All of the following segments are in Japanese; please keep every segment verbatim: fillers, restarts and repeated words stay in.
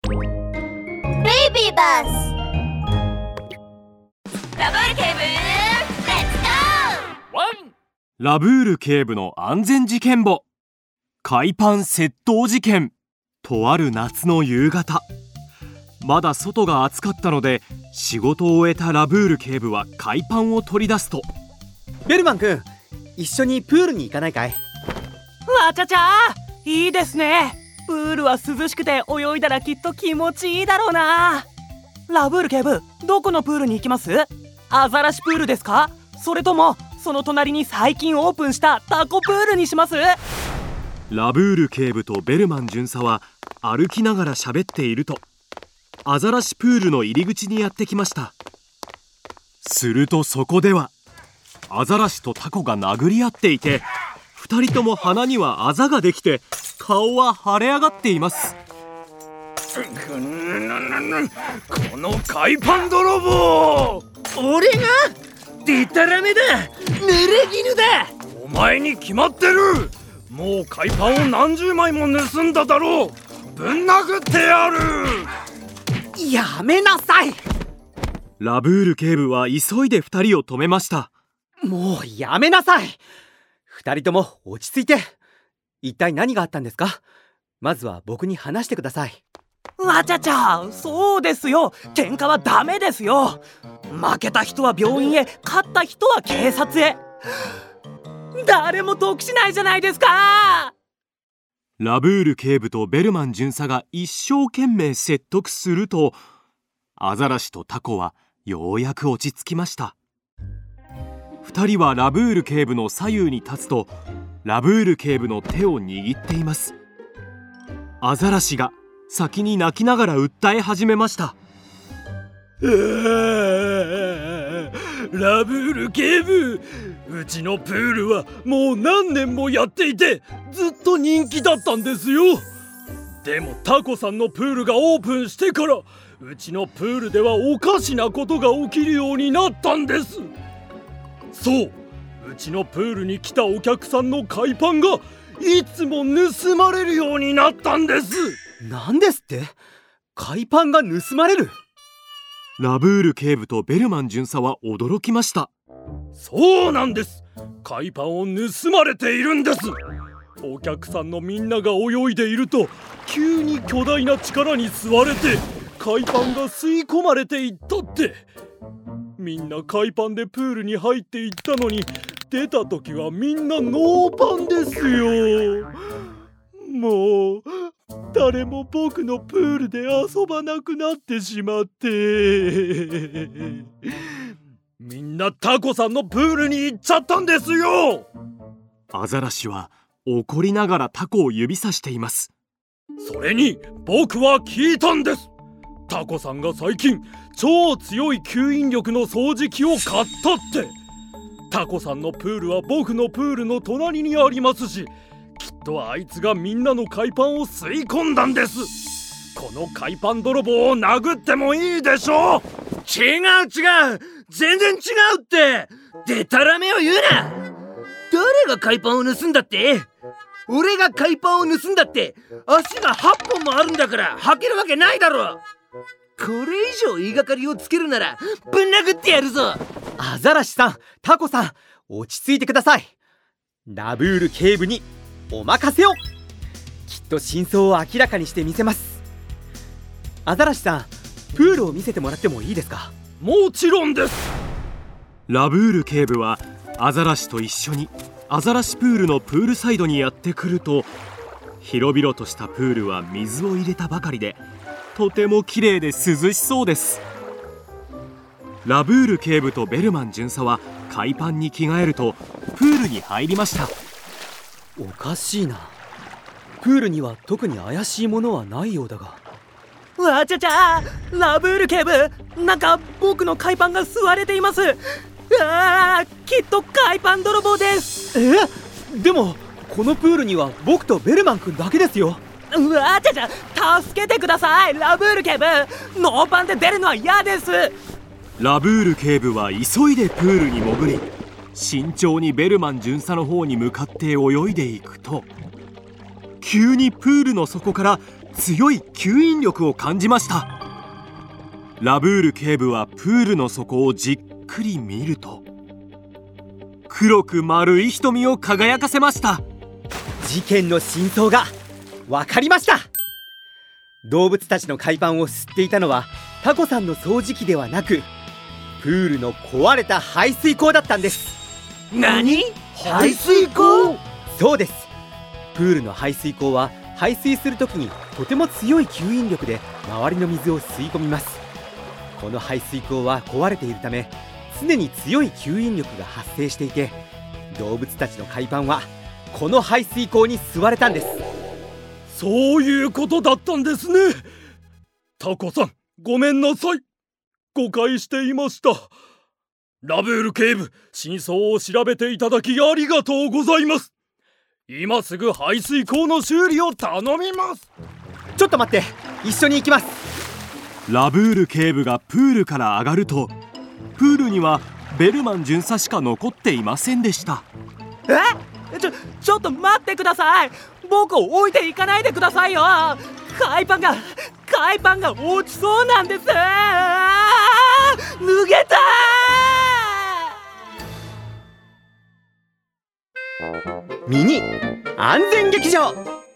ベイビーバスラブール警部、レッツゴー。 ワンラブール警部の安全事件簿。海パン窃盗事件。とある夏の夕方、まだ外が暑かったので仕事を終えたラブール警部は海パンを取り出すと、 ベルマン君、一緒にプールに行かないかい？ わちゃちゃー、いいですね。プールは涼しくて泳いだらきっと気持ちいいだろうな。ラブール警部、どこのプールに行きます？アザラシプールですか？それともその隣に最近オープンしたタコプールにします？ ラブール警部とベルマン巡査は歩きながら喋っていると、アザラシプールの入り口にやってきました。するとそこではアザラシとタコが殴り合っていて、ふたりとも鼻にはあざができて顔は腫れ上がっています。 この海パン泥棒！俺がデタラメだ、濡れ衣だ。お前に決まってる。もう海パンを何十枚も盗んだだろう。ぶん殴ってやる。 やめなさい。 ラブール警部は急いでふたりを止めました。 もうやめなさい。二人とも落ち着いて。一体何があったんですか？まずは僕に話してください。 わちゃちゃ、そうですよ。喧嘩はダメですよ。負けた人は病院へ、勝った人は警察へ。誰も得しないじゃないですか。 ラブール警部とベルマン巡査が一生懸命説得すると、アザラシとタコはようやく落ち着きました。二人はラブール警部の左右に立つと、ラブール警部の手を握っています。アザラシが先に泣きながら訴え始めました。 ラブール警部、うちのプールはもう何年もやっていてずっと人気だったんですよ。でもタコさんのプールがオープンしてから、うちのプールではおかしなことが起きるようになったんです。そう、うちのプールに来たお客さんの海パンがいつも盗まれるようになったんです。 なんですって？海パンが盗まれる？ ラブール警部とベルマン巡査は驚きました。 そうなんです。海パンを盗まれているんです。お客さんのみんなが泳いでいると、急に巨大な力に吸われて海パンが吸い込まれていったって。みんな海パンでプールに入っていったのに、出た時はみんなノーパンですよ。もう誰も僕のプールで遊ばなくなってしまって、みんなタコさんのプールに行っちゃったんですよ。 アザラシは怒りながらタコを指さしています。 それに僕は聞いたんです。タコさんが最近超強い吸引力の掃除機を買ったって。タコさんのプールは僕のプールの隣にありますし、きっとあいつがみんなの海パンを吸い込んだんです。この海パン泥棒を殴ってもいいでしょう。違う違う、全然違うって。デタラメを言うな。誰が海パンを盗んだって？俺が海パンを盗んだって足がはっぽんもあるんだから履けるわけないだろ。これ以上言いがかりをつけるならぶん殴ってやるぞ。 アザラシさん、タコさん、落ち着いてください。ラブール警部にお任せを。きっと真相を明らかにしてみせます。アザラシさん、プールを見せてもらってもいいですか？ もちろんです。 ラブール警部はアザラシと一緒にアザラシプールのプールサイドにやってくると、広々としたプールは水を入れたばかりでとても綺麗で涼しそうです。ラブール警部とベルマン巡査は海パンに着替えるとプールに入りました。 おかしいな。プールには特に怪しいものはないようだが。 わちゃちゃ、ラブール警部、なんか僕の海パンが吸われています。あー、きっと海パン泥棒です。 え？でもこのプールには僕とベルマン君だけですよ。 うわちゃちゃ、助けてください。ラブール警部、ノーパンで出るのは嫌です。 ラブール警部は急いでプールに潜り、慎重にベルマン巡査の方に向かって泳いでいくと、急にプールの底から強い吸引力を感じました。ラブール警部はプールの底をじっくり見ると、黒く丸い瞳を輝かせました。 事件の真相が分かりました。動物たちの海パンを吸っていたのはタコさんの掃除機ではなく、プールの壊れた排水口だったんです。 何？ 排水口？ そうです。プールの排水口は排水するときにとても強い吸引力で周りの水を吸い込みます。この排水口は壊れているため、常に強い吸引力が発生していて、動物たちの海パンはこの排水口に吸われたんです。 そういうことだったんですね。タコさん、ごめんなさい。誤解していました。ラブール警部、真相を調べていただきありがとうございます。今すぐ排水口の修理を頼みます。 ちょっと待って、一緒に行きます。 ラブール警部がプールから上がると、プールにはベルマン巡査しか残っていませんでした。 えちょちょっと待ってください。僕を置いていかないでくださいよ。海パンが海パンが落ちそうなんです。脱げたー。ミニ安全劇場。わーい、プールだ。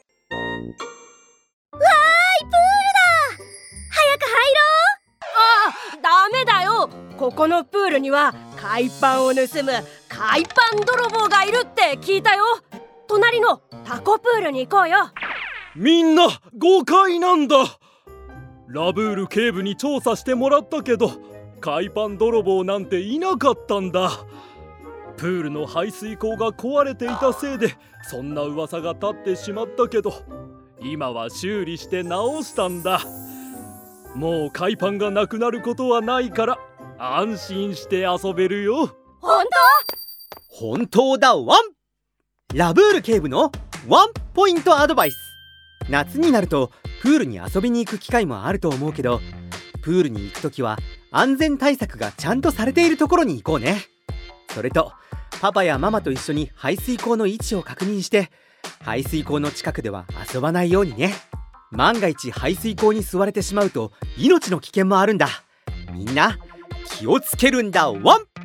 早く入ろう。 ああ、ダメだよ。ここのプールには海パンを盗む海パン泥棒がいるって聞いたよ。隣のタコプールに行こうよ。 みんな誤解なんだ。ラブール警部に調査してもらったけど、海パン泥棒なんていなかったんだ。プールの排水口が壊れていたせいでそんな噂が立ってしまったけど、今は修理して直したんだ。もう海パンがなくなることはないから安心して遊べるよ。 本本当だワン。ラブール警部のワンポイントアドバイス。夏になるとプールに遊びに行く機会もあると思うけど、プールに行くときは安全対策がちゃんとされているところに行こうね。それとパパやママと一緒に排水口の位置を確認して、排水口の近くでは遊ばないようにね。万が一排水口に吸われてしまうと命の危険もあるんだ。みんな気をつけるんだワン。